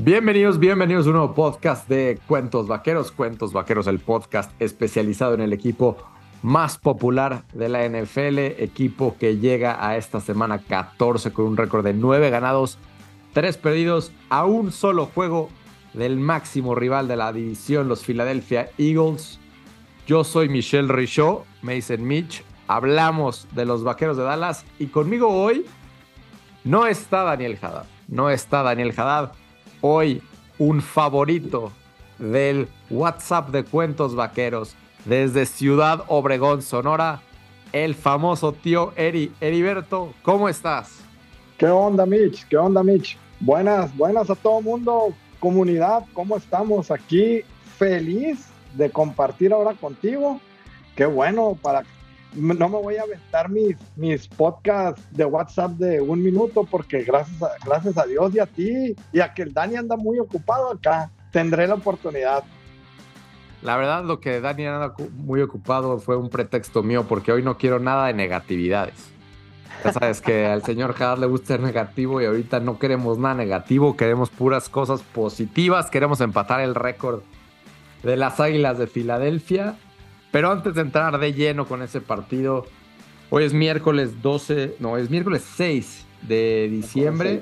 Bienvenidos a un nuevo podcast de Cuentos Vaqueros, el podcast especializado en el equipo más popular de la NFL, equipo que llega a esta semana 14 con un récord de 9 ganados, 3 perdidos, a un solo juego del máximo rival de la división, los Philadelphia Eagles. Yo soy Michelle Richaud, me dicen Mitch, hablamos de los Vaqueros de Dallas y conmigo hoy no está Daniel Haddad. Hoy un favorito del WhatsApp de Cuentos Vaqueros desde Ciudad Obregón, Sonora, el famoso tío Heriberto. ¿Cómo estás? ¿Qué onda, Mitch? ¿Qué onda, Mitch? Buenas a todo mundo, comunidad, ¿cómo estamos? Aquí feliz de compartir ahora contigo. Qué bueno, no me voy a aventar mis podcasts de WhatsApp de un minuto porque gracias a Dios y a ti y a que el Dani anda muy ocupado acá, tendré la oportunidad. La verdad, lo que Dani anda muy ocupado fue un pretexto mío porque hoy no quiero nada de negatividades. Ya sabes que al señor Haddad le gusta ser negativo y ahorita no queremos nada negativo, queremos puras cosas positivas, queremos empatar el récord de las Águilas de Filadelfia. Pero antes de entrar de lleno con ese partido, hoy es miércoles 12, no, es miércoles 6 de diciembre,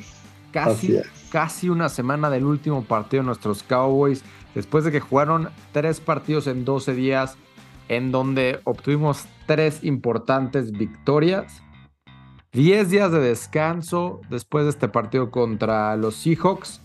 casi una semana del último partido de nuestros Cowboys, después de que jugaron 3 partidos en 12 días, en donde obtuvimos 3 importantes victorias, 10 días de descanso después de este partido contra los Seahawks.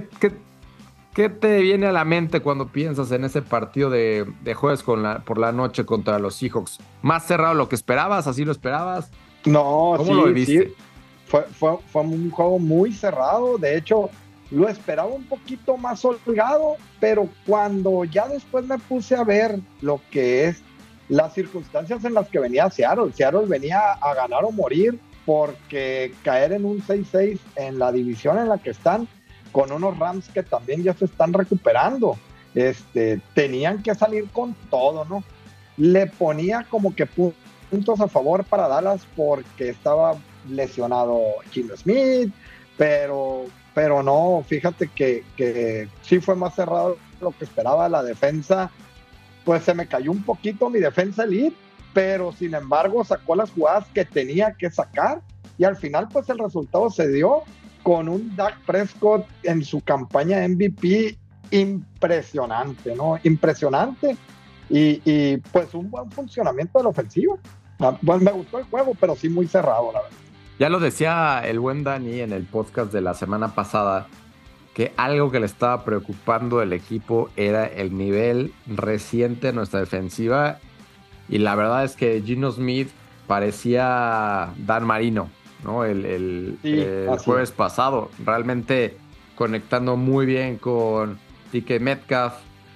¿Qué te viene a la mente cuando piensas en ese partido de jueves por la noche contra los Seahawks? ¿Más cerrado de lo que esperabas? ¿Así lo esperabas? No, ¿Cómo sí, lo viviste? sí. Fue un juego muy cerrado. De hecho, lo esperaba un poquito más holgado, pero cuando ya después me puse a ver lo que es las circunstancias en las que venía Seattle venía a ganar o morir, porque caer en un 6-6 en la división en la que están, con unos Rams que también ya se están recuperando, tenían que salir con todo, ¿no? Le ponía como que puntos a favor para Dallas porque estaba lesionado Gino Smith, pero no, fíjate que sí fue más cerrado de lo que esperaba. La defensa, pues se me cayó un poquito mi defensa elite, pero sin embargo sacó las jugadas que tenía que sacar y al final pues el resultado se dio con un Dak Prescott en su campaña MVP impresionante, ¿no? Impresionante y pues un buen funcionamiento de la ofensiva. Pues me gustó el juego, pero sí muy cerrado, la verdad. Ya lo decía el buen Dani en el podcast de la semana pasada, que algo que le estaba preocupando al equipo era el nivel reciente de nuestra defensiva. Y la verdad es que Gino Smith parecía Dan Marino, ¿no? Sí, El así jueves es. pasado, realmente conectando muy bien con DK Metcalf,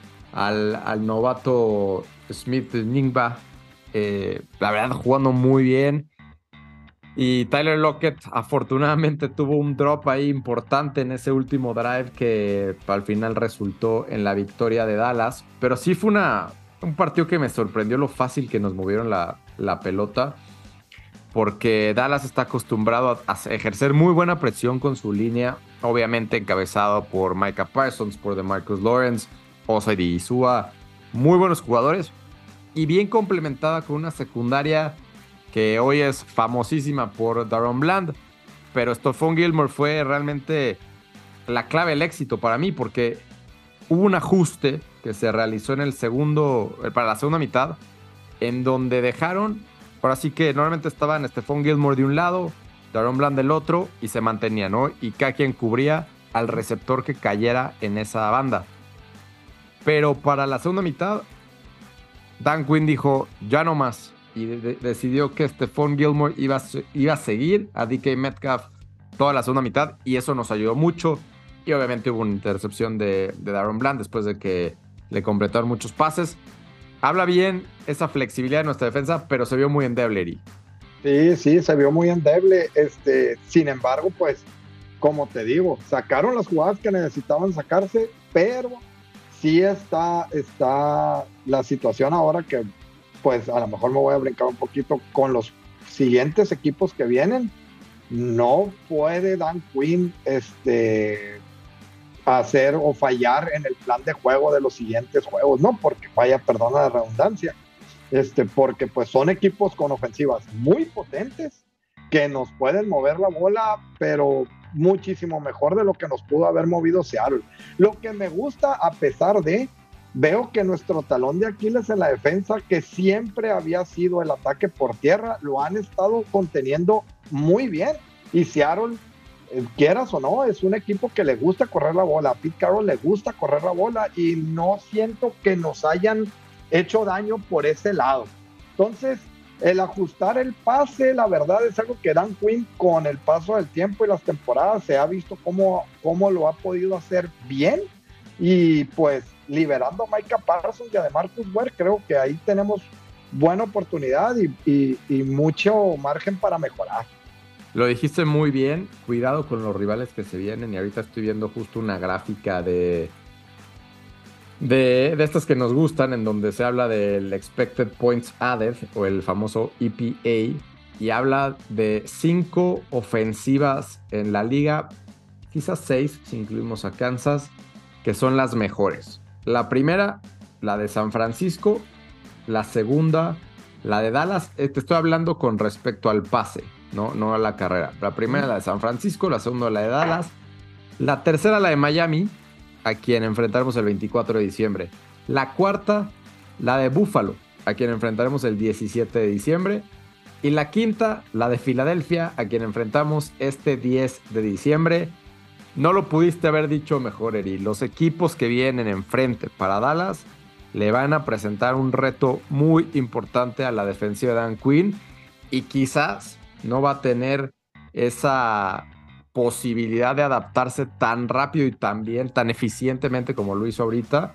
al novato Smith Ningba, la verdad jugando muy bien. Y Tyler Lockett afortunadamente tuvo un drop ahí importante en ese último drive que al final resultó en la victoria de Dallas. Pero sí fue un partido que me sorprendió lo fácil que nos movieron la pelota, porque Dallas está acostumbrado a ejercer muy buena presión con su línea, obviamente encabezado por Micah Parsons, por DeMarcus Lawrence, Osa y Isua, muy buenos jugadores, y bien complementada con una secundaria que hoy es famosísima por Daron Bland, pero Stephon Gilmore fue realmente la clave del éxito para mí, porque hubo un ajuste que se realizó para la segunda mitad, en donde dejaron, ahora sí que normalmente estaban Stephon Gilmore de un lado, Daron Bland del otro, y se mantenía, ¿no? Y cada quien cubría al receptor que cayera en esa banda. Pero para la segunda mitad, Dan Quinn dijo, ya no más, y decidió que Stephon Gilmore iba a seguir a DK Metcalf toda la segunda mitad, y eso nos ayudó mucho. Y obviamente hubo una intercepción de Daron Bland después de que le completaron muchos pases. Habla bien esa flexibilidad de nuestra defensa, pero se vio muy endeble, Eri. Sí, se vio muy endeble. Sin embargo, pues, como te digo, sacaron las jugadas que necesitaban sacarse, pero sí está la situación ahora que, pues, a lo mejor me voy a brincar un poquito con los siguientes equipos que vienen. No puede Dan Quinn, hacer o fallar en el plan de juego de los siguientes juegos, no porque falla, perdona la redundancia, porque pues son equipos con ofensivas muy potentes que nos pueden mover la bola, pero muchísimo mejor de lo que nos pudo haber movido Seattle. Lo que me gusta, a pesar de, veo que nuestro talón de Aquiles en la defensa, que siempre había sido el ataque por tierra, lo han estado conteniendo muy bien. Y Seattle, quieras o no, es un equipo que le gusta correr la bola. A Pete Carroll le gusta correr la bola y no siento que nos hayan hecho daño por ese lado. Entonces, el ajustar el pase, la verdad es algo que Dan Quinn, con el paso del tiempo y las temporadas, se ha visto cómo lo ha podido hacer bien. Y pues liberando a Micah Parsons y a DeMarcus Ware, creo que ahí tenemos buena oportunidad y mucho margen para mejorar. Lo dijiste muy bien, cuidado con los rivales que se vienen, y ahorita estoy viendo justo una gráfica de estas que nos gustan, en donde se habla del Expected Points Added, o el famoso EPA, y habla de 5 ofensivas en la liga, quizás 6 si incluimos a Kansas, que son las mejores. La primera, la de San Francisco. La segunda, la de Dallas. Te estoy hablando con respecto al pase, no a la carrera. La primera, la de San Francisco. La segunda, la de Dallas. La tercera, la de Miami, a quien enfrentaremos el 24 de diciembre. La cuarta, la de Buffalo, a quien enfrentaremos el 17 de diciembre. Y la quinta, la de Filadelfia, a quien enfrentamos este 10 de diciembre. No lo pudiste haber dicho mejor, Eri. Los equipos que vienen enfrente para Dallas le van a presentar un reto muy importante a la defensiva de Dan Quinn, y quizás no va a tener esa posibilidad de adaptarse tan rápido y tan bien, tan eficientemente como lo hizo ahorita,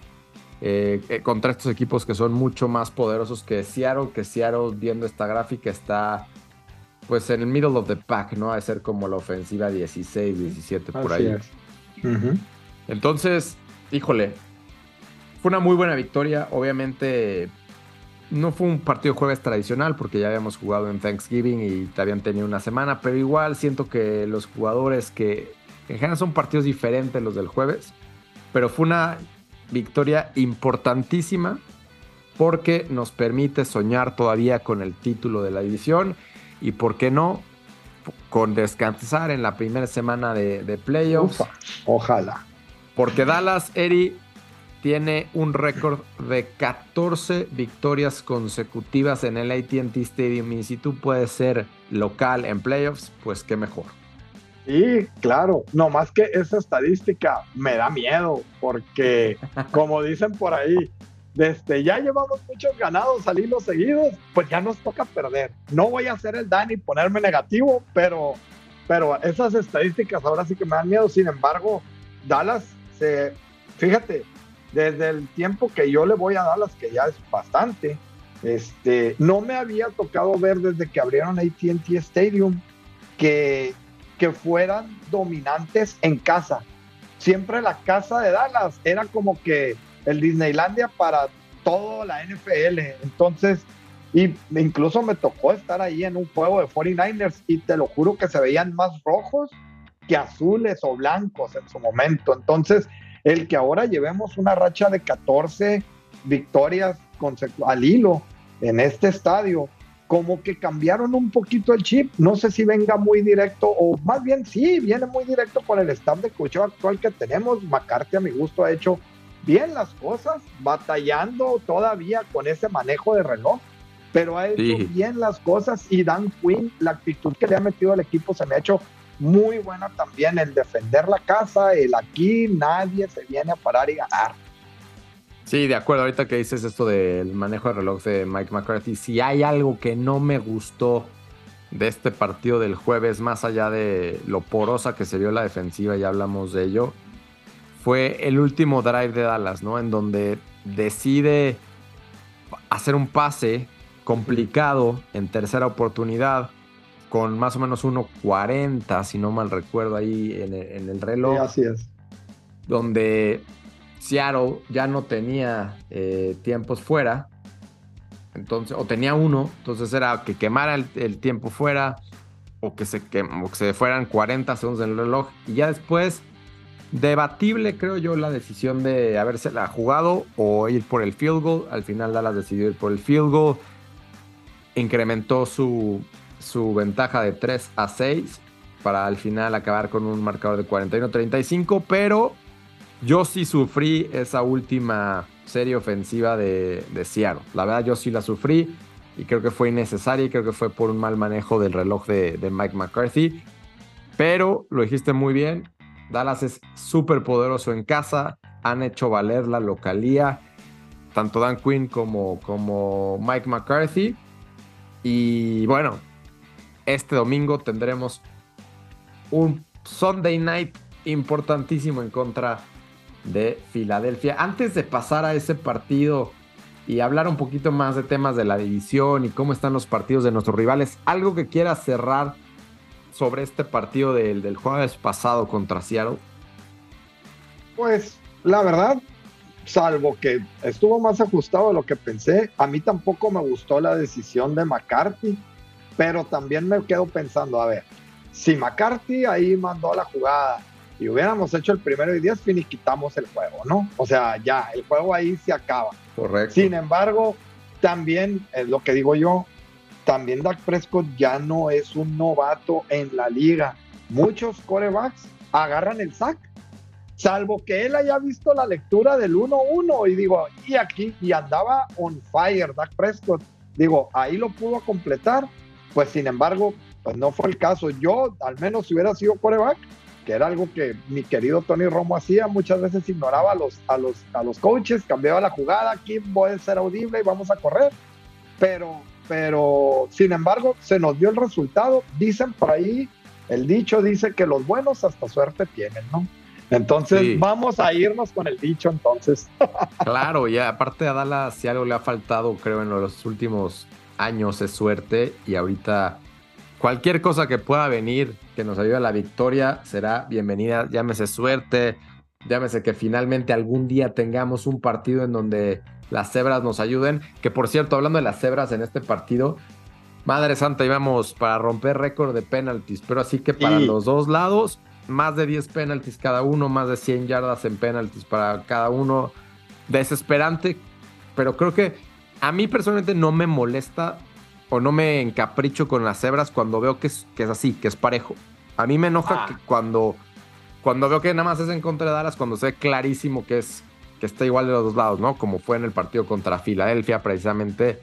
contra estos equipos que son mucho más poderosos que Seattle, viendo esta gráfica, está pues en el middle of the pack, ¿no? A ser como la ofensiva 16, 17 por Así ahí. es. Uh-huh. Entonces, híjole, fue una muy buena victoria. Obviamente no fue un partido jueves tradicional porque ya habíamos jugado en Thanksgiving y te habían tenido una semana, pero igual siento que los jugadores, que en general son partidos diferentes los del jueves, pero fue una victoria importantísima porque nos permite soñar todavía con el título de la división y, ¿por qué no?, con descansar en la primera semana de playoffs. Ufa, ojalá. Porque Dallas, Eri, tiene un récord de 14 victorias consecutivas en el AT&T Stadium, y si tú puedes ser local en playoffs, pues qué mejor. Sí, claro, no más que esa estadística me da miedo, porque como dicen por ahí, ya llevamos muchos ganados al hilo seguidos, pues ya nos toca perder. No voy a hacer el Dani y ponerme negativo, pero esas estadísticas ahora sí que me dan miedo. Sin embargo, Dallas, fíjate, desde el tiempo que yo le voy a Dallas, que ya es bastante, no me había tocado ver desde que abrieron AT&T Stadium que fueran dominantes en casa. Siempre la casa de Dallas era como que el Disneylandia para toda la NFL. Entonces, y incluso me tocó estar ahí en un juego de 49ers y te lo juro que se veían más rojos que azules o blancos en su momento. Entonces, el que ahora llevemos una racha de 14 victorias al hilo en este estadio, como que cambiaron un poquito el chip. No sé si venga muy directo, o más bien sí, viene muy directo con el staff de coacheo actual que tenemos. McCarthy, a mi gusto, ha hecho bien las cosas, batallando todavía con ese manejo de reloj, pero ha hecho bien las cosas. Y Dan Quinn, la actitud que le ha metido al equipo se me ha hecho muy buena también, el defender la casa, el aquí nadie se viene a parar y ganar. Sí, de acuerdo. Ahorita que dices esto del manejo de reloj de Mike McCarthy, si hay algo que no me gustó de este partido del jueves, más allá de lo porosa que se vio la defensiva, ya hablamos de ello, fue el último drive de Dallas, ¿no? En donde decide hacer un pase complicado en tercera oportunidad con más o menos 1:40, si no mal recuerdo, ahí en el reloj. Sí, así es. Donde Seattle ya no tenía tiempos fuera, entonces, o tenía uno, entonces era que quemara el tiempo fuera, o que se fueran 40 segundos en el reloj, y ya después Debatible, creo yo, la decisión de habérsela jugado o ir por el field goal. Al final Dallas decidió ir por el field goal. Incrementó su ventaja de 3-6 para al final acabar con un marcador de 41-35, pero yo sí sufrí esa última serie ofensiva de Seattle. La verdad, yo sí la sufrí y creo que fue innecesaria y creo que fue por un mal manejo del reloj de Mike McCarthy. Pero lo dijiste muy bien, Dallas es súper poderoso en casa, han hecho valer la localía, tanto Dan Quinn como Mike McCarthy. Y bueno, este domingo tendremos un Sunday Night importantísimo en contra de Filadelfia. Antes de pasar a ese partido y hablar un poquito más de temas de la división y cómo están los partidos de nuestros rivales, algo que quieras cerrar sobre este partido del jueves pasado contra Seattle. Pues la verdad, salvo que estuvo más ajustado de lo que pensé, a mí tampoco me gustó la decisión de McCarthy, pero también me quedo pensando, a ver, si McCarthy ahí mandó la jugada y hubiéramos hecho el 1-10, finiquitamos el juego, ¿no? O sea, ya, el juego ahí se acaba. Correcto. Sin embargo, también, es lo que digo yo, también Dak Prescott ya no es un novato en la liga. Muchos quarterbacks agarran el sack, salvo que él haya visto la lectura del 1-1 y digo, y aquí, y andaba on fire Dak Prescott, digo, ahí lo pudo completar, pues sin embargo, pues no fue el caso. Yo, al menos si hubiera sido quarterback, que era algo que mi querido Tony Romo hacía, muchas veces ignoraba a los coaches, cambiaba la jugada, aquí voy a ser audible y vamos a correr, pero sin embargo, se nos dio el resultado. Dicen por ahí, el dicho dice que los buenos hasta suerte tienen, ¿no? Entonces, sí, vamos a irnos con el dicho, entonces. Claro, y aparte a Dallas, si algo le ha faltado, creo, en los últimos años es suerte, y ahorita cualquier cosa que pueda venir que nos ayude a la victoria será bienvenida. Llámese suerte, llámese que finalmente algún día tengamos un partido en donde las cebras nos ayuden. Que por cierto, hablando de las cebras en este partido, madre santa, íbamos para romper récord de penaltis, pero así que para los dos lados, más de 10 penaltis cada uno, más de 100 yardas en penaltis para cada uno. Desesperante, pero creo que a mí personalmente no me molesta o no me encapricho con las cebras cuando veo que es así, que es parejo. A mí me enoja que cuando veo que nada más es en contra de Dallas, cuando se ve clarísimo que está igual de los dos lados, ¿no? Como fue en el partido contra Filadelfia, precisamente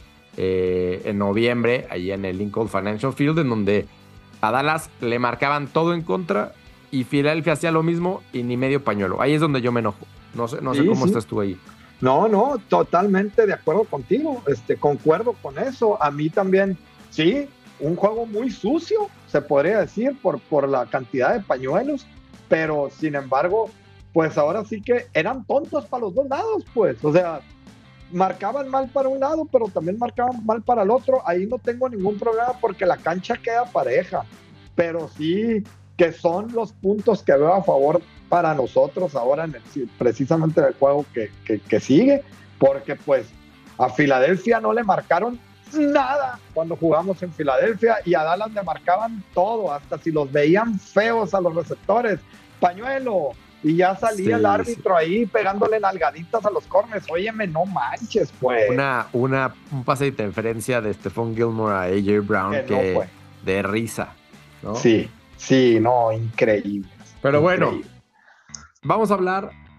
en noviembre, ahí en el Lincoln Financial Field, en donde a Dallas le marcaban todo en contra y Filadelfia hacía lo mismo y ni medio pañuelo. Ahí es donde yo me enojo. No sé cómo estás tú ahí. No, totalmente de acuerdo contigo, concuerdo con eso. A mí también, sí, un juego muy sucio, se podría decir, por la cantidad de pañuelos, pero sin embargo, pues ahora sí que eran tontos para los dos lados, pues, o sea, marcaban mal para un lado, pero también marcaban mal para el otro. Ahí no tengo ningún problema porque la cancha queda pareja, pero sí que son los puntos que veo a favor para nosotros ahora precisamente en el juego que sigue, porque pues a Filadelfia no le marcaron nada cuando jugamos en Filadelfia y a Dallas le marcaban todo, hasta si los veían feos a los receptores, pañuelo, y ya salía el árbitro ahí pegándole nalgaditas a los corners. Óyeme, no manches, pues. Un pase de interferencia de Stephon Gilmore a AJ Brown que no de risa, ¿no? Sí, no, increíble. Pero bueno, vamos a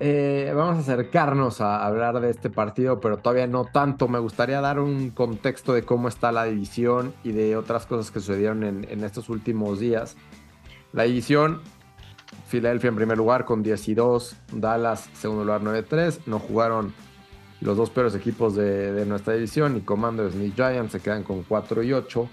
acercarnos a hablar de este partido, pero todavía no tanto. Me gustaría dar un contexto de cómo está la división y de otras cosas que sucedieron en estos últimos días. La división, Filadelfia en primer lugar con 10-2, Dallas segundo lugar 9-3. No jugaron los dos peores equipos de nuestra división, y Commanders ni Giants se quedan con 4-8.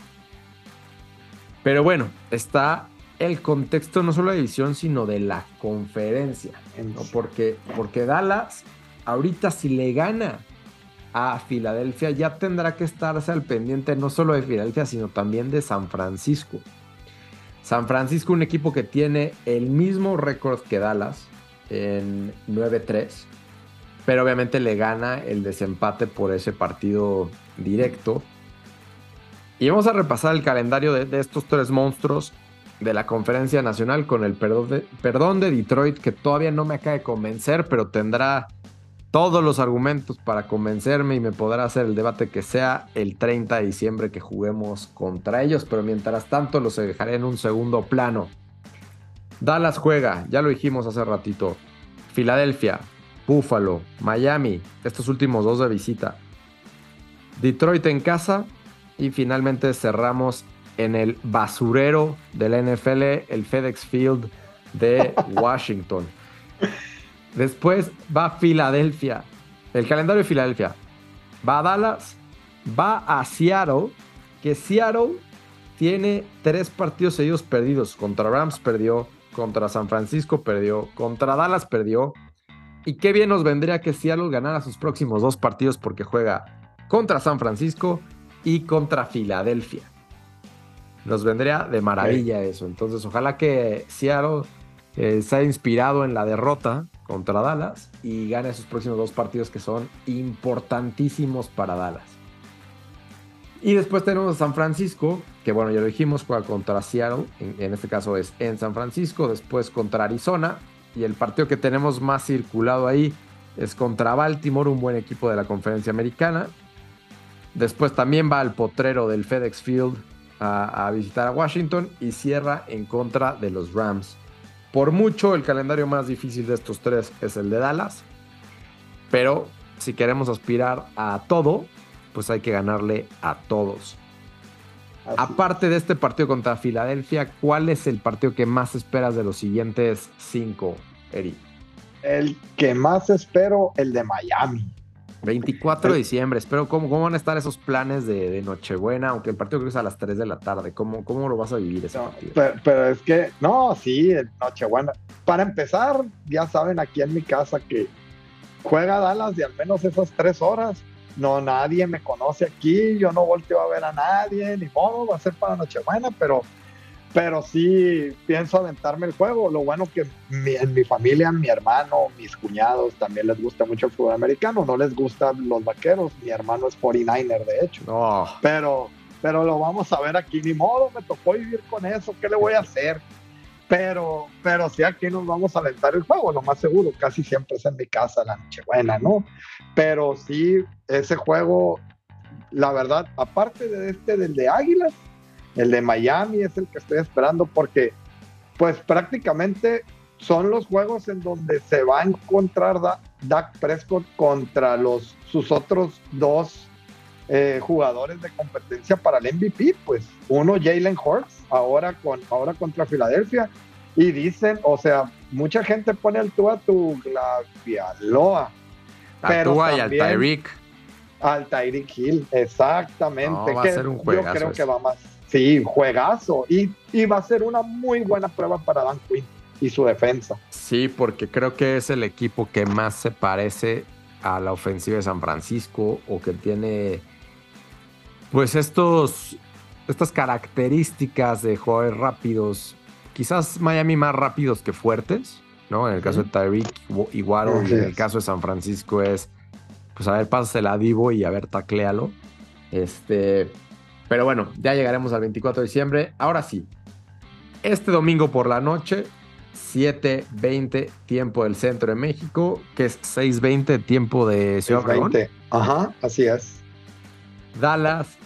Pero bueno, está el contexto no solo de la división, sino de la conferencia, ¿no? Porque Dallas, ahorita si le gana a Filadelfia, ya tendrá que estarse al pendiente no solo de Filadelfia, sino también de San Francisco. San Francisco, un equipo que tiene el mismo récord que Dallas, en 9-3, pero obviamente le gana el desempate por ese partido directo. Y vamos a repasar el calendario de estos tres monstruos. de la Conferencia Nacional con el perdón de Detroit, que todavía no me acaba de convencer, pero tendrá todos los argumentos para convencerme y me podrá hacer el debate que sea el 30 de diciembre que juguemos contra ellos, pero mientras tanto los dejaré en un segundo plano. Dallas juega, ya lo dijimos hace ratito. Filadelfia, Buffalo, Miami, estos últimos dos de visita. Detroit en casa y finalmente cerramos en el basurero de la NFL, el FedEx Field de Washington. Después va Filadelfia, el calendario de Filadelfia. Va a Dallas, va a Seattle, que Seattle tiene 3 partidos seguidos perdidos. Contra Rams perdió, contra San Francisco perdió, contra Dallas perdió. Y qué bien nos vendría que Seattle ganara sus próximos 2 partidos porque juega contra San Francisco y contra Filadelfia. Nos vendría de maravilla eso. Entonces, ojalá que Seattle se haya inspirado en la derrota contra Dallas y gane sus próximos 2 partidos que son importantísimos para Dallas. Y después tenemos a San Francisco, que bueno, ya lo dijimos, juega contra Seattle, en este caso es en San Francisco, después contra Arizona, y el partido que tenemos más circulado ahí es contra Baltimore, un buen equipo de la Conferencia Americana. Después también va al potrero del FedEx Field a visitar a Washington y cierra en contra de los Rams. Por mucho, el calendario más difícil de estos 3 es el de Dallas, pero si queremos aspirar a todo, pues hay que ganarle a todos. Así. Aparte de este partido contra Filadelfia, ¿cuál es el partido que más esperas de los siguientes 5, Eri? El que más espero, el de Miami. 24 de diciembre, espero cómo van a estar esos planes de Nochebuena, aunque el partido creo que es a las 3 de la tarde. ¿Cómo lo vas a vivir ese partido? Pero es que, no, sí, Nochebuena. Para empezar, ya saben aquí en mi casa que juega Dallas de al menos esas 3 horas. No, nadie me conoce aquí, yo no volteo a ver a nadie, ni modo, va a ser para Nochebuena, pero sí pienso aventarme el juego. Lo bueno que en mi familia, mi hermano, mis cuñados también les gusta mucho el fútbol americano, no les gustan los Vaqueros, mi hermano es 49er de hecho, pero lo vamos a ver aquí, ni modo, me tocó vivir con eso, ¿qué le voy a hacer? Pero sí, aquí nos vamos a aventar el juego, lo más seguro, casi siempre es en mi casa la Nochebuena, ¿no? Pero sí, ese juego, la verdad, aparte del de Águilas, el de Miami es el que estoy esperando porque, pues prácticamente son los juegos en donde se va a encontrar Dak Prescott contra sus otros 2 jugadores de competencia para el MVP, pues uno Jalen Hurts, ahora contra Filadelfia, y dicen, o sea, mucha gente pone al Tua Tagovailoa, pero Tua y al Tyreek Hill, exactamente. No, va a ser un juegazo. Yo creo que va más, sí, juegazo, y va a ser una muy buena prueba para Dan Quinn y su defensa. Sí, porque creo que es el equipo que más se parece a la ofensiva de San Francisco o que tiene pues estas características de jugadores rápidos, quizás Miami más rápidos que fuertes, ¿no? En el caso de Tyreek y Waddle, y en el caso de San Francisco es, pues a ver, pásasela a Divo y a ver, tacléalo. Pero bueno, ya llegaremos al 24 de diciembre. Ahora sí, este domingo por la noche, 7:20 tiempo del centro de México, que es 6:20 tiempo de Ciudad Obregón. Ajá, así es. Dallas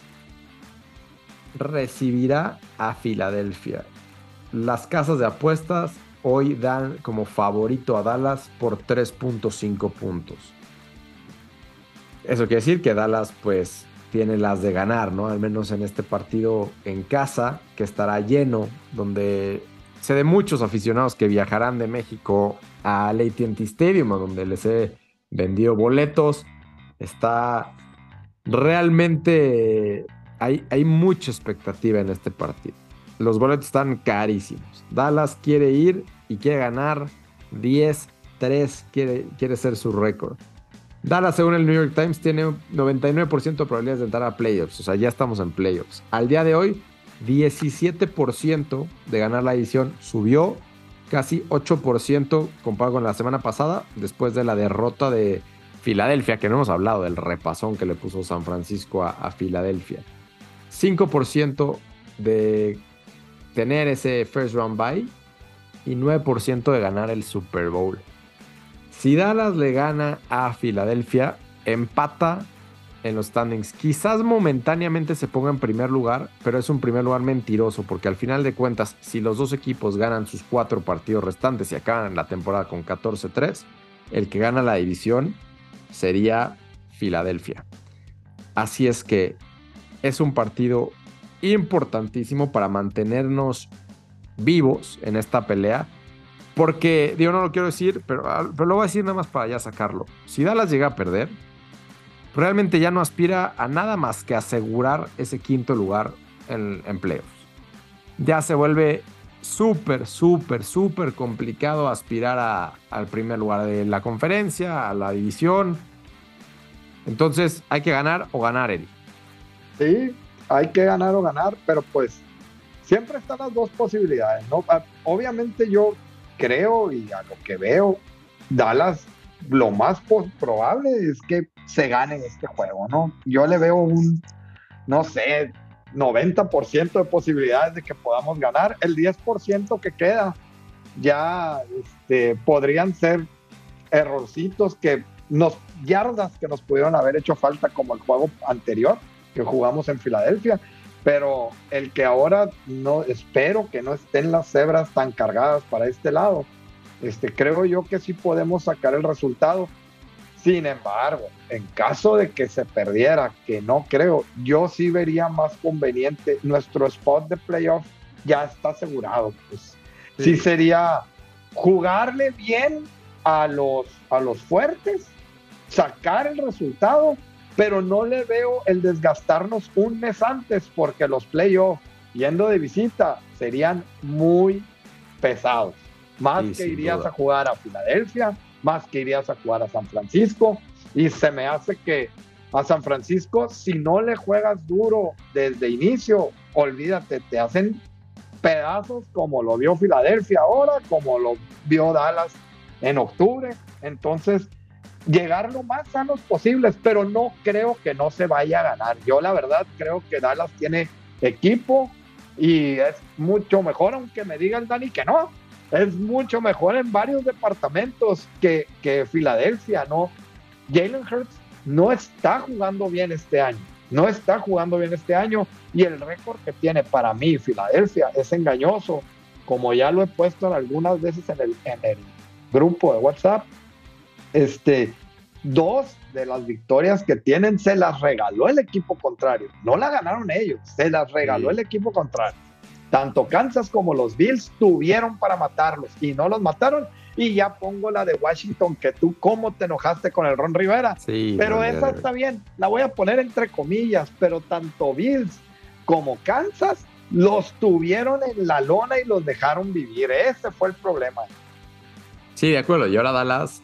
recibirá a Filadelfia. Las casas de apuestas hoy dan como favorito a Dallas por 3.5 puntos. Eso quiere decir que Dallas pues tiene las de ganar, ¿no? Al menos en este partido en casa, que estará lleno, donde sé de muchos aficionados que viajarán de México al AT&T Stadium, donde les he vendido boletos. Está realmente... Hay mucha expectativa en este partido. Los boletos están carísimos. Dallas quiere ir y quiere ganar 10-3. Quiere ser su récord. Dallas, según el New York Times, tiene 99% de probabilidades de entrar a playoffs. O sea, ya estamos en playoffs. Al día de hoy, 17% de ganar la edición. Subió casi 8% comparado con la semana pasada, después de la derrota de Filadelfia, que no hemos hablado del repasón que le puso San Francisco a Filadelfia. 5% de tener ese first round bye y 9% de ganar el Super Bowl. Si Dallas le gana a Filadelfia, empata en los standings. Quizás momentáneamente se ponga en primer lugar, pero es un primer lugar mentiroso, porque al final de cuentas, si los dos equipos ganan sus 4 partidos restantes y acaban la temporada con 14-3, el que gana la división sería Filadelfia. Así es que es un partido importantísimo para mantenernos vivos en esta pelea. Porque, digo, no lo quiero decir, pero lo voy a decir nada más para ya sacarlo. Si Dallas llega a perder, realmente ya no aspira a nada más que asegurar ese quinto lugar en playoffs. Ya se vuelve súper complicado aspirar al primer lugar de la conferencia, a la división. Entonces hay que ganar o ganar, Eri. Sí, hay que ganar o ganar, pero pues siempre están las dos posibilidades, ¿no? Obviamente yo creo, y a lo que veo, Dallas, lo más probable es que se gane este juego, ¿no? Yo le veo un, no sé, 90% de posibilidades de que podamos ganar. El 10% que queda ya podrían ser errorcitos yardas que nos pudieron haber hecho falta, como el juego anterior que jugamos en Filadelfia. Pero el que ahora no, espero que no estén las cebras tan cargadas para este lado. Creo yo que sí podemos sacar el resultado. Sin embargo, en caso de que se perdiera, que no creo, yo sí vería más conveniente nuestro spot de playoff ya está asegurado. Pues sí sería jugarle bien a los fuertes, sacar el resultado, pero no le veo el desgastarnos un mes antes, porque los playoffs yendo de visita serían muy pesados. Más sí, que irías a jugar a Filadelfia, más que irías a jugar a San Francisco, y se me hace que a San Francisco, si no le juegas duro desde inicio, olvídate, te hacen pedazos, como lo vio Filadelfia ahora, como lo vio Dallas en octubre. Entonces, llegar lo más sanos posibles, pero no creo que no se vaya a ganar. Yo la verdad creo que Dallas tiene equipo y es mucho mejor, aunque me diga el Dani que no, es mucho mejor en varios departamentos que Filadelfia, ¿no? Jalen Hurts no está jugando bien este año, y el récord que tiene para mí Filadelfia es engañoso, como ya lo he puesto en algunas veces en el grupo de WhatsApp. 2 de las victorias que tienen se las regaló el equipo contrario, no la ganaron ellos, se las regaló el equipo contrario. Tanto Kansas como los Bills tuvieron para matarlos y no los mataron. Y ya pongo la de Washington, que tú cómo te enojaste con el Ron Rivera. Sí, pero esa está bien, la voy a poner entre comillas, pero tanto Bills como Kansas los tuvieron en la lona y los dejaron vivir. Ese fue el problema. Sí, de acuerdo. Y ahora Dallas,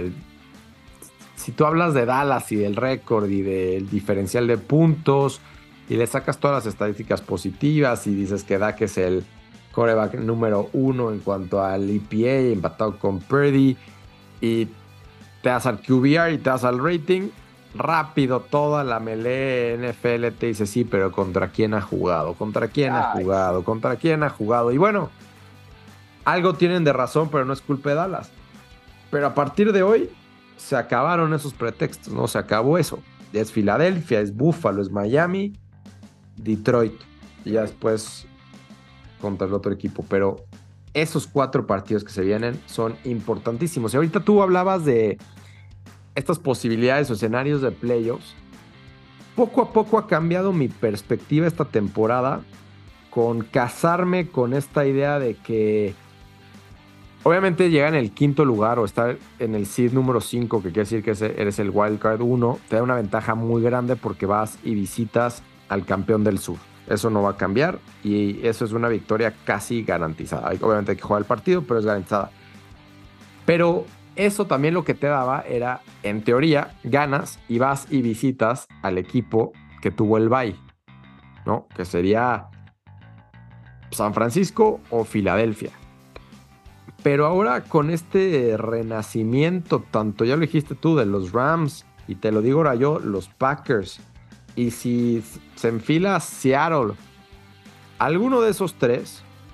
si tú hablas de Dallas y del récord y del diferencial de puntos y le sacas todas las estadísticas positivas y dices que Dak es el quarterback número 1 en cuanto al EPA, empatado con Purdy, y te das al QBR y te das al rating, rápido toda la melee NFL te dice sí, pero ¿contra quién ha jugado? ¿Contra quién ha jugado? ¿Contra quién ha jugado? Y bueno, algo tienen de razón, pero no es culpa de Dallas. Pero a partir de hoy se acabaron esos pretextos, ¿no? Se acabó eso. Es Filadelfia, es Buffalo, es Miami, Detroit, y ya después contra el otro equipo. Pero esos 4 partidos que se vienen son importantísimos. Y ahorita tú hablabas de estas posibilidades o escenarios de playoffs. Poco a poco ha cambiado mi perspectiva esta temporada, con casarme con esta idea de que obviamente llegar en el quinto lugar o estar en el seed número 5, que quiere decir que eres el wildcard 1, te da una ventaja muy grande porque vas y visitas al campeón del sur. Eso no va a cambiar y eso es una victoria casi garantizada. Obviamente hay que jugar el partido, pero es garantizada. Pero eso también lo que te daba era, en teoría, ganas y vas y visitas al equipo que tuvo el bye, ¿no? Que sería San Francisco o Filadelfia. Pero ahora con este renacimiento, tanto ya lo dijiste tú, de los Rams, y te lo digo ahora yo, los Packers, y si se enfila Seattle, alguno de esos 3,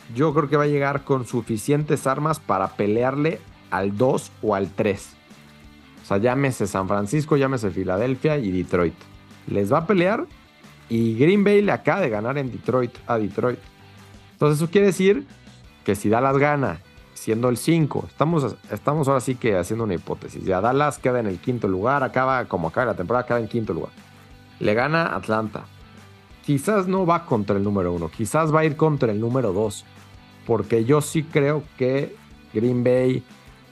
yo creo que va a llegar con suficientes armas para pelearle al 2 o al 3. O sea, llámese San Francisco, llámese Filadelfia y Detroit. Les va a pelear y Green Bay le acaba de ganar en Detroit a Detroit. Entonces eso quiere decir que si Dallas gana siendo el 5, estamos ahora sí que haciendo una hipótesis. Ya Dallas queda en el quinto lugar, acaba la temporada, acaba en quinto lugar. Le gana Atlanta. Quizás no va contra el número 1, quizás va a ir contra el número 2, porque yo sí creo que Green Bay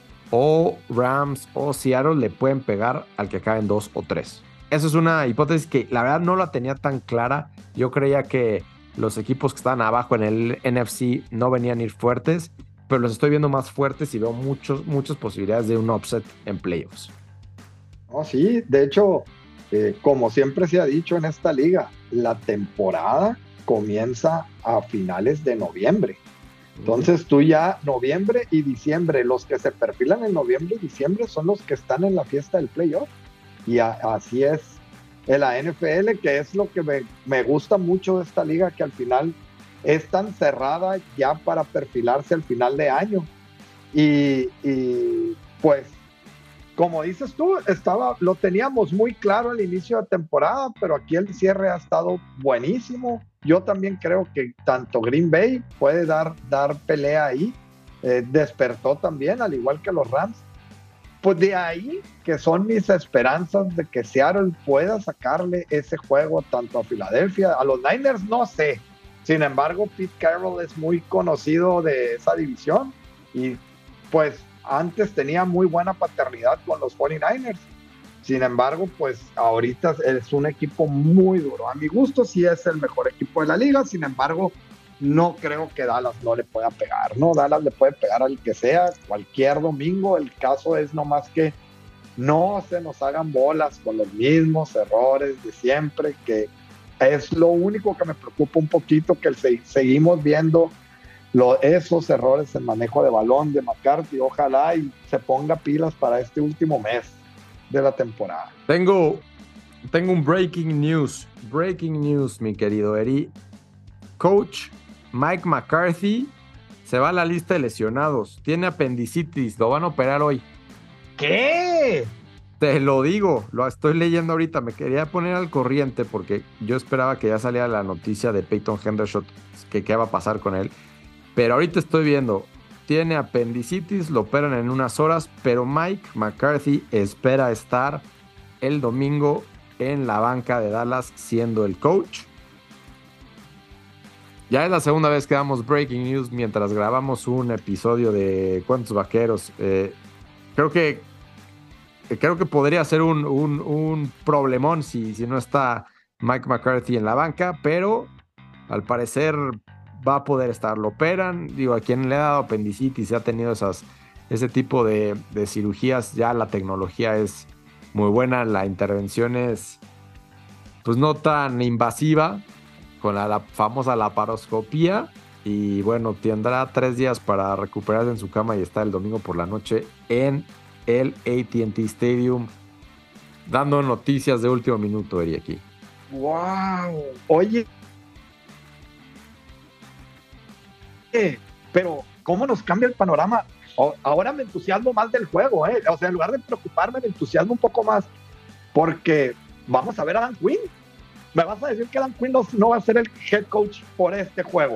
o Rams o Seattle le pueden pegar al que acabe en 2 o 3. Esa es una hipótesis que la verdad no la tenía tan clara. Yo creía que los equipos que estaban abajo en el NFC no venían a ir fuertes, pero los estoy viendo más fuertes y veo muchas posibilidades de un upset en playoffs. Oh, sí, de hecho, como siempre se ha dicho en esta liga, la temporada comienza a finales de noviembre. Entonces tú ya noviembre y diciembre, los que se perfilan en noviembre y diciembre son los que están en la fiesta del playoff. Y así es en la NFL, que es lo que me gusta mucho de esta liga, que al final es tan cerrada ya para perfilarse al final de año. Y pues, como dices tú, lo teníamos muy claro al inicio de temporada, pero aquí el cierre ha estado buenísimo. Yo también creo que tanto Green Bay puede dar pelea ahí. Despertó también, al igual que los Rams. Pues de ahí que son mis esperanzas de que Seattle pueda sacarle ese juego tanto a Filadelfia, a los Niners, no sé. Sin embargo, Pete Carroll es muy conocido de esa división y pues antes tenía muy buena paternidad con los 49ers. Sin embargo, pues ahorita es un equipo muy duro. A mi gusto sí es el mejor equipo de la liga, sin embargo, no creo que Dallas no le pueda pegar, ¿no? Dallas le puede pegar al que sea, cualquier domingo. El caso es nomás que no se nos hagan bolas con los mismos errores de siempre, que es lo único que me preocupa un poquito, que seguimos viendo esos errores en manejo de balón de McCarthy. Ojalá y se ponga pilas para este último mes de la temporada. Tengo un breaking news, mi querido Eri. Coach Mike McCarthy se va a la lista de lesionados. Tiene apendicitis, lo van a operar hoy. ¿Qué? Te lo digo, lo estoy leyendo ahorita. Me quería poner al corriente porque yo esperaba que ya saliera la noticia de Peyton Hendershot, que qué va a pasar con él. Pero ahorita estoy viendo, tiene apendicitis, lo operan en unas horas, pero Mike McCarthy espera estar el domingo en la banca de Dallas siendo el coach. Ya es la segunda vez que damos breaking news mientras grabamos un episodio de Cuentos Vaqueros. Creo que podría ser un problemón si no está Mike McCarthy en la banca, pero al parecer va a poder estar. Lo operan, digo, a quien le ha dado apendicitis y ha tenido ese tipo de cirugías, ya la tecnología es muy buena, la intervención es pues no tan invasiva, con la famosa laparoscopía, y bueno, tendrá 3 días para recuperarse en su cama y estar el domingo por la noche en el AT&T Stadium dando noticias de último minuto, Eri, aquí. ¡Wow! Oye, pero ¿cómo nos cambia el panorama? Ahora me entusiasmo más del juego, ¿eh? O sea, en lugar de preocuparme, me entusiasmo un poco más, porque vamos a ver a Dan Quinn. ¿Me vas a decir que Dan Quinn no va a ser el head coach por este juego?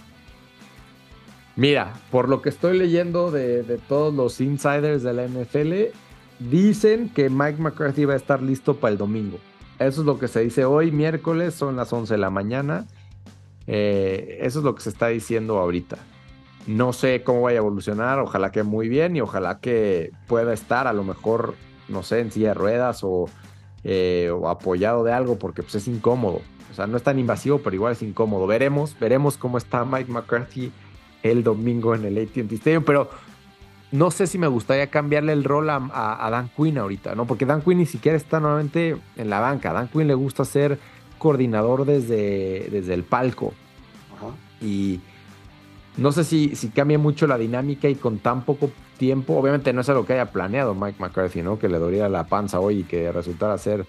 Mira, por lo que estoy leyendo de todos los insiders de la NFL, dicen que Mike McCarthy va a estar listo para el domingo. Eso es lo que se dice hoy, miércoles, son las 11 de la mañana. Eso es lo que se está diciendo ahorita. No sé cómo vaya a evolucionar, ojalá que muy bien y ojalá que pueda estar a lo mejor, no sé, en silla de ruedas o apoyado de algo, porque pues es incómodo. O sea, no es tan invasivo, pero igual es incómodo. Veremos cómo está Mike McCarthy el domingo en el AT&T Stadium, pero no sé si me gustaría cambiarle el rol a Dan Quinn ahorita, ¿no? Porque Dan Quinn ni siquiera está nuevamente en la banca. A Dan Quinn le gusta ser coordinador desde el palco. Ajá. Y no sé si cambia mucho la dinámica y con tan poco tiempo, obviamente no es algo que haya planeado Mike McCarthy, ¿no? Que le doliera la panza hoy y que resultara ser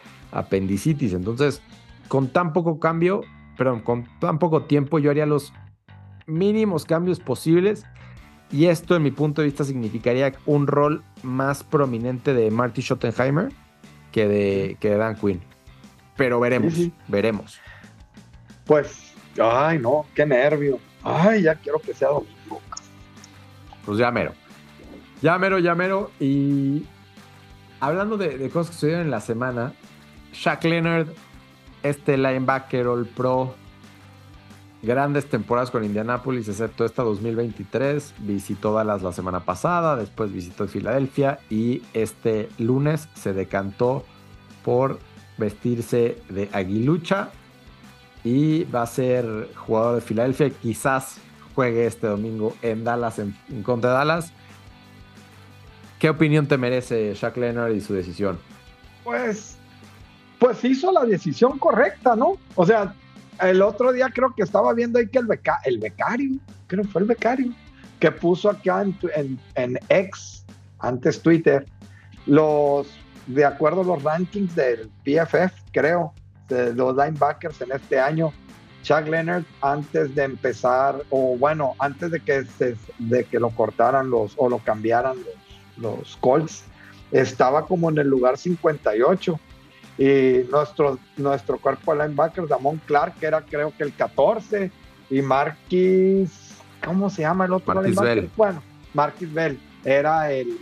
apendicitis. Entonces, con tan poco tiempo, yo haría los mínimos cambios posibles. Y esto, en mi punto de vista, significaría un rol más prominente de Marty Schottenheimer que de Dan Quinn. Pero veremos. Pues, ay, no, qué nervio. Ay, ya quiero que sea domingo. Pues ya mero. Y hablando de cosas que sucedieron en la semana, Shaq Leonard, este linebacker All Pro, grandes temporadas con Indianapolis, excepto esta 2023, visitó Dallas la semana pasada, después visitó Filadelfia y este lunes se decantó por vestirse de aguilucha y va a ser jugador de Filadelfia. Quizás juegue este domingo en Dallas, en contra de Dallas. ¿Qué opinión te merece Shaq Leonard y su decisión? Pues hizo la decisión correcta, ¿no? O sea, el otro día creo que estaba viendo ahí que el becario, creo que fue el becario, que puso acá en X, antes Twitter, de acuerdo a los rankings del PFF, creo, de los linebackers en este año. Shaq Leonard, antes de empezar, o bueno, antes de que lo cortaran o lo cambiaran los Colts, estaba como en el lugar 58. Y nuestro cuerpo de linebackers, Damon Clark, que era creo que el 14, y Marquis, ¿cómo se llama el otro linebacker? Bell. Bueno, Marquis Bell era el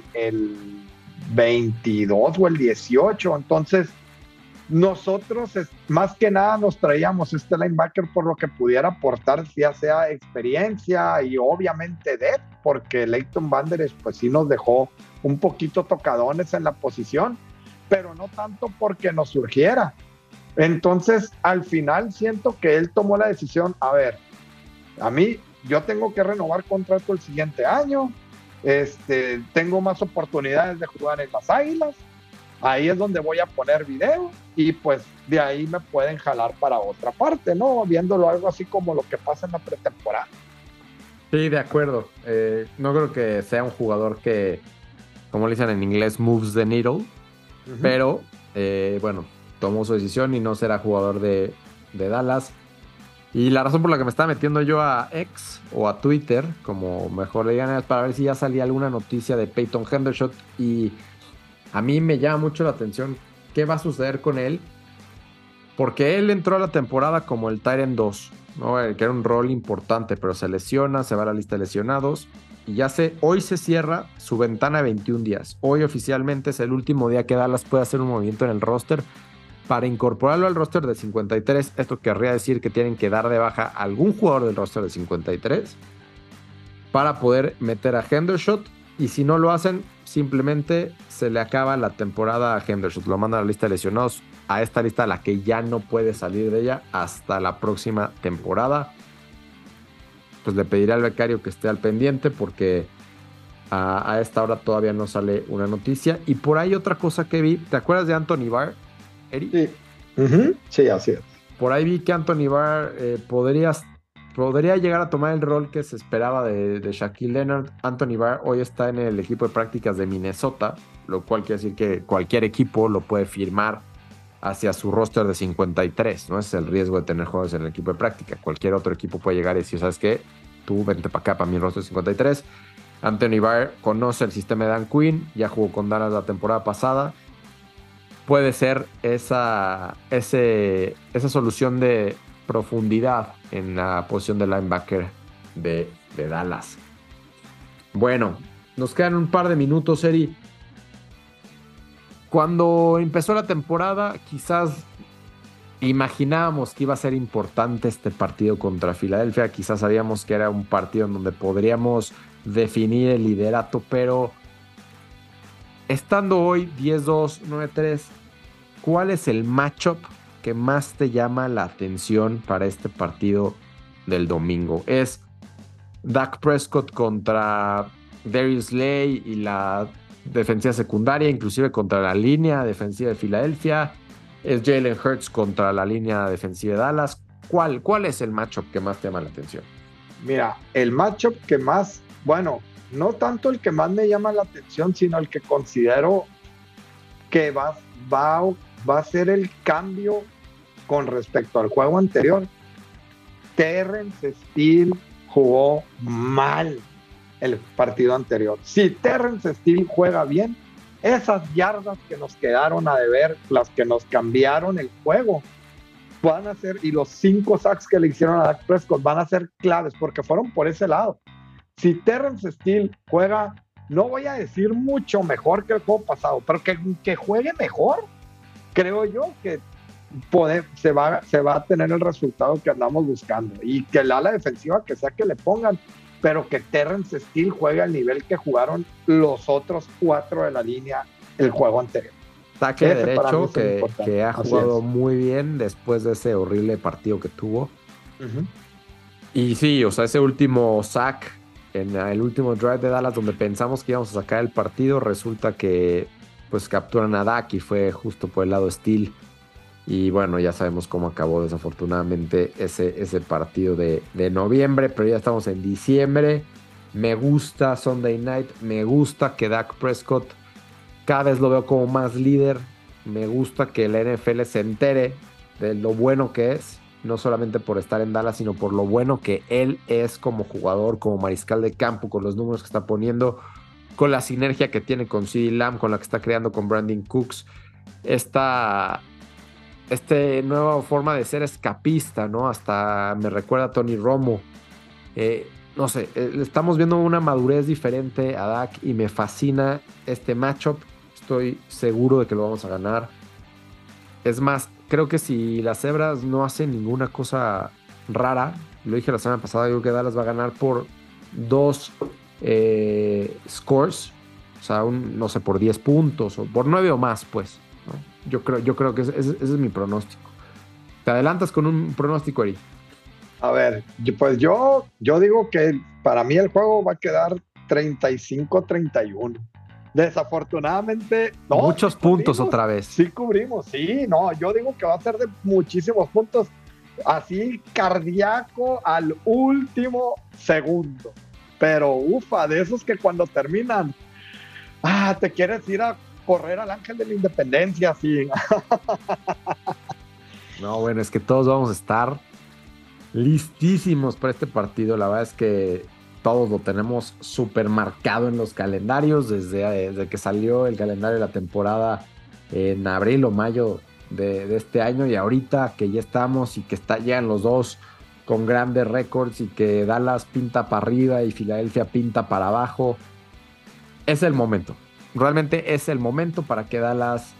22 o el 18. Entonces nosotros más que nada nos traíamos este linebacker por lo que pudiera aportar, ya sea experiencia y obviamente depth, porque Leighton Vander Esch pues sí nos dejó un poquito tocadones en la posición, pero no tanto porque nos surgiera. Entonces al final siento que él tomó la decisión, a ver, yo tengo que renovar contrato el siguiente año, tengo más oportunidades de jugar en las Águilas, ahí es donde voy a poner video y pues de ahí me pueden jalar para otra parte, ¿no? Viéndolo algo así como lo que pasa en la pretemporada. Sí, de acuerdo. No creo que sea un jugador que, como le dicen en inglés, moves the needle, pero bueno, tomó su decisión y no será jugador de Dallas. Y la razón por la que me estaba metiendo yo a X o a Twitter, como mejor le digan, es para ver si ya salía alguna noticia de Peyton Hendershot. Y a mí me llama mucho la atención qué va a suceder con él, porque él entró a la temporada como el Tight End 2, ¿no? Que era un rol importante, pero se lesiona, se va a la lista de lesionados. Y hoy se cierra su ventana de 21 días. Hoy oficialmente es el último día que Dallas puede hacer un movimiento en el roster para incorporarlo al roster de 53. Esto querría decir que tienen que dar de baja a algún jugador del roster de 53 para poder meter a Hendershot. Y si no lo hacen, simplemente se le acaba la temporada a Hendershot. Lo mandan a la lista de lesionados, a esta lista a la que ya no puede salir de ella hasta la próxima temporada. Pues le pediré al becario que esté al pendiente porque a esta hora todavía no sale una noticia. Y por ahí otra cosa que vi, ¿te acuerdas de Anthony Barr, Eric? Sí, sí, así es. Por ahí vi que Anthony Barr podría llegar a tomar el rol que se esperaba de Shaquille Leonard. Anthony Barr hoy está en el equipo de prácticas de Minnesota, lo cual quiere decir que cualquier equipo lo puede firmar hacia su roster de 53, ¿no? Es el riesgo de tener jugadores en el equipo de práctica. Cualquier otro equipo puede llegar y decir, ¿sabes qué? Tú vente para acá, para mi roster de 53. Anthony Barr conoce el sistema de Dan Quinn, ya jugó con Dallas la temporada pasada. Puede ser esa solución de profundidad en la posición de linebacker de Dallas. Bueno, nos quedan un par de minutos, Eri. Cuando empezó la temporada, quizás imaginábamos que iba a ser importante este partido contra Filadelfia. Quizás sabíamos que era un partido en donde podríamos definir el liderato, pero estando hoy 10-2, 9-3, ¿cuál es el matchup que más te llama la atención para este partido del domingo? ¿Es Dak Prescott contra Darius Slay y la defensiva secundaria, inclusive contra la línea defensiva de Filadelfia? ¿Es Jalen Hurts contra la línea defensiva de Dallas? ¿Cuál es el matchup que más te llama la atención? Mira, el matchup que más, bueno, no tanto el que más me llama la atención, sino el que considero que va a ser el cambio con respecto al juego anterior. Terrence Steele jugó mal el partido anterior. Si Terrence Steele juega bien, esas yardas que nos quedaron a deber, las que nos cambiaron el juego, van a ser, y los 5 sacks que le hicieron a Dak Prescott van a ser claves, porque fueron por ese lado. Si Terrence Steele juega, no voy a decir mucho mejor que el juego pasado, pero que juegue mejor, creo yo que se va a tener el resultado que andamos buscando, y que el ala defensiva que sea que le pongan, pero que Terrence Steele juegue al nivel que jugaron los otros 4 de la línea el juego anterior. Tackle derecho que ha jugado muy bien después de ese horrible partido que tuvo. Uh-huh. Y sí, o sea, ese último sack en el último drive de Dallas donde pensamos que íbamos a sacar el partido, resulta que pues capturan a Dak y fue justo por el lado Steele. Y bueno, ya sabemos cómo acabó desafortunadamente ese partido de noviembre, pero ya estamos en diciembre. Me gusta Sunday Night, me gusta que Dak Prescott cada vez lo veo como más líder. Me gusta que el NFL se entere de lo bueno que es, no solamente por estar en Dallas, sino por lo bueno que él es como jugador, como mariscal de campo, con los números que está poniendo, con la sinergia que tiene con CeeDee Lamb, con la que está creando con Brandon Cooks. Esta nueva forma de ser escapista, ¿no? Hasta me recuerda a Tony Romo. No sé, estamos viendo una madurez diferente a Dak y me fascina este matchup. Estoy seguro de que lo vamos a ganar. Es más, creo que si las Zebras no hacen ninguna cosa rara, lo dije la semana pasada, yo creo que Dallas va a ganar por 2 scores, o sea, no sé, por 10 puntos o por 9 o más, pues, ¿no? Yo creo que ese es mi pronóstico. ¿Te adelantas con un pronóstico, Eri? A ver, pues yo digo que para mí el juego va a quedar 35-31. Desafortunadamente, no. Muchos puntos otra vez. Sí cubrimos, sí, no, yo digo que va a ser de muchísimos puntos, así cardíaco al último segundo. Pero ufa, de esos que cuando terminan, te quieres ir a correr al Ángel de la Independencia, así. No, bueno, es que todos vamos a estar listísimos para este partido. La verdad es que todos lo tenemos súper marcado en los calendarios desde que salió el calendario de la temporada en abril o mayo de este año, y ahorita que ya estamos y que llegan los dos con grandes récords y que Dallas pinta para arriba y Filadelfia pinta para abajo, es el momento. Realmente es el momento para que Dallas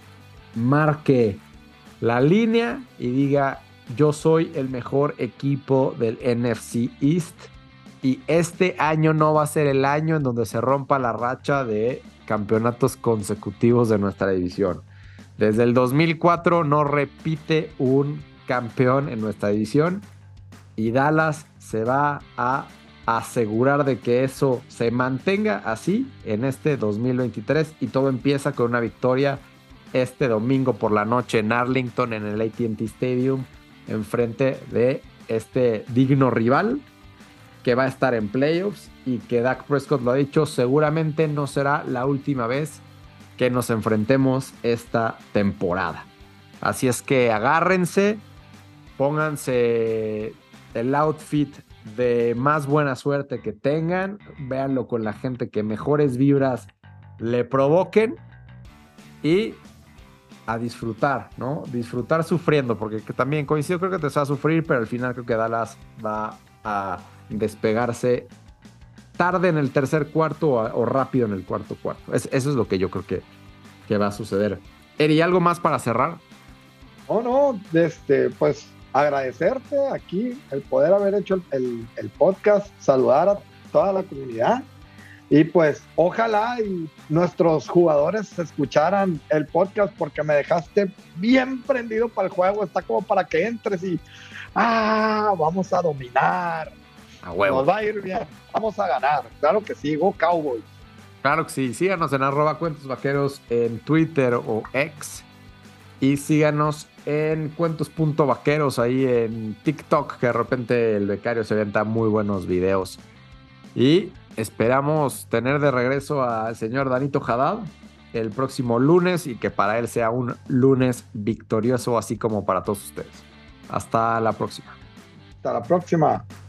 marque la línea y diga: yo soy el mejor equipo del NFC East. Y este año no va a ser el año en donde se rompa la racha de campeonatos consecutivos de nuestra división. Desde el 2004 no repite un campeón en nuestra división. Y Dallas se va a asegurar de que eso se mantenga así en este 2023. Y todo empieza con una victoria este domingo por la noche en Arlington, en el AT&T Stadium, enfrente de este digno rival que va a estar en playoffs y que Dak Prescott lo ha dicho, seguramente no será la última vez que nos enfrentemos esta temporada. Así es que agárrense, pónganse el outfit de más buena suerte que tengan, véanlo con la gente que mejores vibras le provoquen y a disfrutar, ¿no? Disfrutar sufriendo, porque también coincido, creo que te va a sufrir, pero al final creo que Dallas va a despegarse tarde en el tercer cuarto o rápido en el cuarto. Eso es lo que yo creo que va a suceder. Eri, ¿algo más para cerrar? No, pues agradecerte aquí el poder haber hecho el podcast, saludar a toda la comunidad y pues ojalá y nuestros jugadores escucharan el podcast, porque me dejaste bien prendido para el juego. Está como para que entres y vamos a dominar. A huevo. Nos va a ir bien, vamos a ganar. Claro que sí, go Cowboys. Claro que sí, síganos en @cuentosvaqueros en Twitter o X. Y síganos en cuentos.vaqueros ahí en TikTok, que de repente el becario se avienta muy buenos videos. Y esperamos tener de regreso al señor Danito Haddad el próximo lunes, y que para él sea un lunes victorioso, así como para todos ustedes. Hasta la próxima. Hasta la próxima.